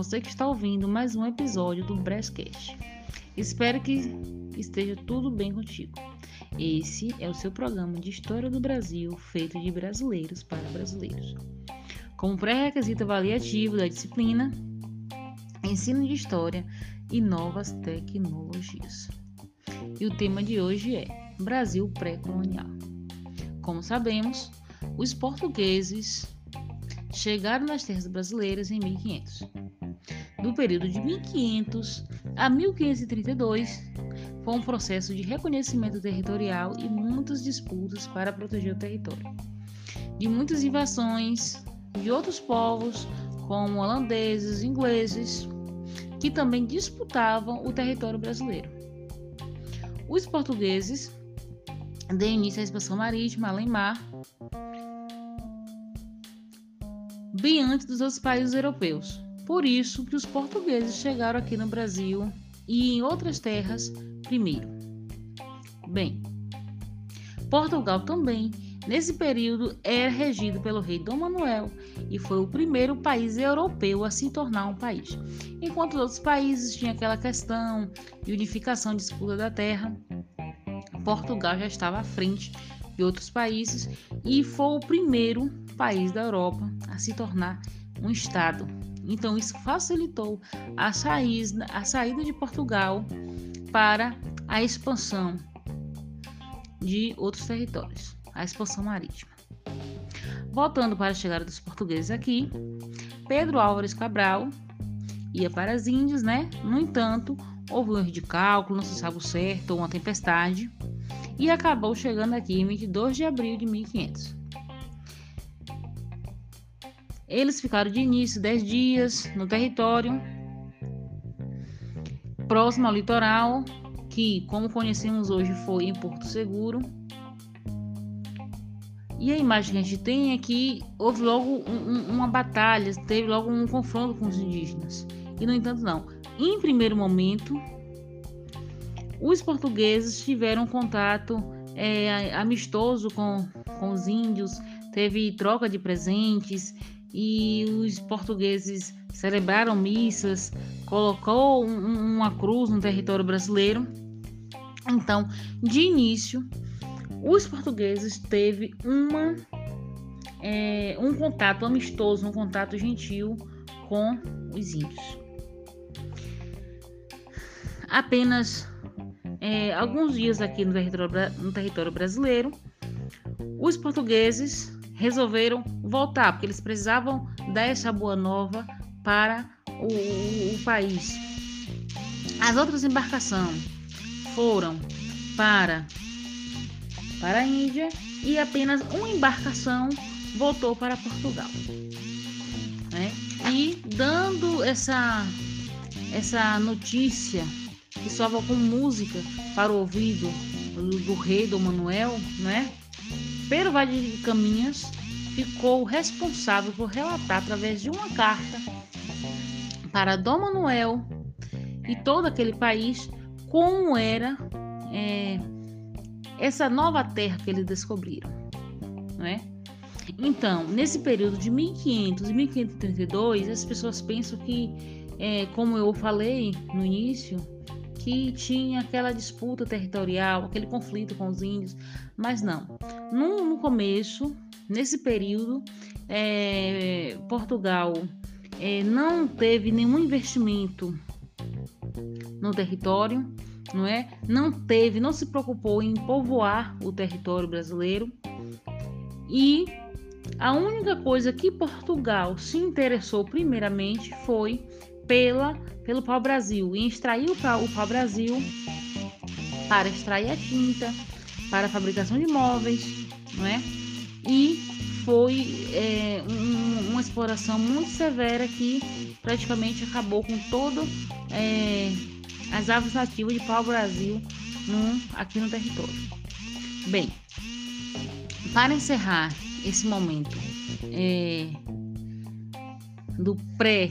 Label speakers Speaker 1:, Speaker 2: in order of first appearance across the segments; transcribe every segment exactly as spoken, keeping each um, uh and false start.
Speaker 1: você que está ouvindo mais um episódio do Brascast. Espero que esteja tudo bem contigo. Esse é o seu programa de História do Brasil, feito de brasileiros para brasileiros. Como pré-requisito avaliativo da disciplina, ensino de História e novas tecnologias. E o tema de hoje é Brasil pré-colonial. Como sabemos, os portugueses chegaram nas terras brasileiras em mil e quinhentos. Do período de mil e quinhentos a mil quinhentos e trinta e dois, foi um processo de reconhecimento territorial e muitas disputas para proteger o território. De muitas invasões de outros povos, como holandeses, ingleses, que também disputavam o território brasileiro. Os portugueses deram início à expansão marítima além-mar, bem antes dos outros países europeus. Por isso que os portugueses chegaram aqui no Brasil e em outras terras primeiro. Bem, Portugal também, nesse período, era regido pelo rei Dom Manuel e foi o primeiro país europeu a se tornar um país. Enquanto os outros países tinham aquela questão de unificação, disputa da terra, Portugal já estava à frente de outros países e foi o primeiro país da Europa a se tornar um estado. Então isso facilitou a saída, a saída de Portugal para a expansão de outros territórios, a expansão marítima. Voltando para a chegada dos portugueses aqui, Pedro Álvares Cabral ia para as Índias, né? No entanto, houve um erro de cálculo, não se sabe o certo, ou uma tempestade, e acabou chegando aqui em vinte e dois de abril de mil e quinhentos. Eles ficaram de início dez dias no território próximo ao litoral, que, como conhecemos hoje, foi em Porto Seguro. E a imagem que a gente tem é que houve logo um, um, uma batalha, teve logo um confronto com os indígenas. E, no entanto, não. Em primeiro momento, os portugueses tiveram contato é, amistoso com, com os índios, teve troca de presentes e os portugueses celebraram missas, colocou um, uma cruz no território brasileiro. Então, de início, os portugueses teve uma, é, um contato amistoso, um contato gentil com os índios. Apenas é, alguns dias aqui no território, no território brasileiro, os portugueses resolveram voltar, porque eles precisavam dar essa boa nova para o, o, o país. As outras embarcações foram para, para a Índia e apenas uma embarcação voltou para Portugal, né? E dando essa, essa notícia que soava com música para o ouvido do, do rei Dom Manuel, né? Pedro Vaz de Caminhas ficou responsável por relatar através de uma carta para Dom Manuel e todo aquele país como era é, essa nova terra que eles descobriram, não é? Então, nesse período de mil e quinhentos e mil quinhentos e trinta e dois, as pessoas pensam que, é, como eu falei no início, que tinha aquela disputa territorial, aquele conflito com os índios, mas não. No, no começo, nesse período, é, Portugal é, não teve nenhum investimento no território, não é? Não teve, não se preocupou em povoar o território brasileiro e a única coisa que Portugal se interessou primeiramente foi pela, pelo pau-brasil, em extrair o pau, o pau-brasil para extrair a tinta, para a fabricação de móveis, não é? E foi é, um, uma exploração muito severa que praticamente acabou com todo é, as aves nativas de pau-brasil no, aqui no território. Bem, para encerrar esse momento é, do pré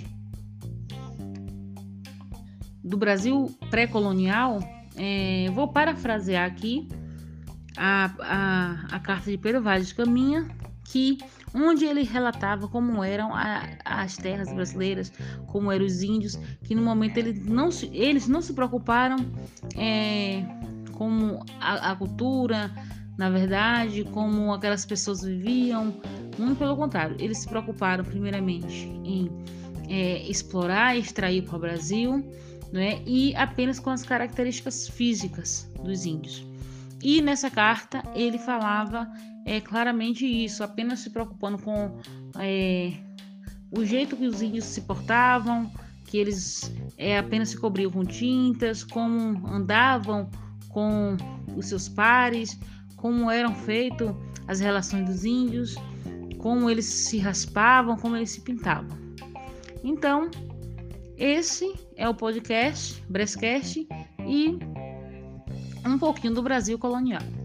Speaker 1: do Brasil pré-colonial, é, vou parafrasear aqui a, a, a carta de Pedro Vaz de Caminha, que onde ele relatava como eram a, as terras brasileiras, como eram os índios, que no momento ele não se, eles não se preocuparam é, com a, a cultura, na verdade, como aquelas pessoas viviam. Muito pelo contrário, eles se preocuparam primeiramente em é, explorar e extrair para o Brasil, né, e apenas com as características físicas dos índios. E nessa carta ele falava é, claramente isso, apenas se preocupando com é, o jeito que os índios se portavam, que eles é, apenas se cobriam com tintas, como andavam com os seus pares, como eram feitas as relações dos índios, como eles se raspavam, como eles se pintavam. Então, esse é o podcast, Brascast, e um pouquinho do Brasil colonial.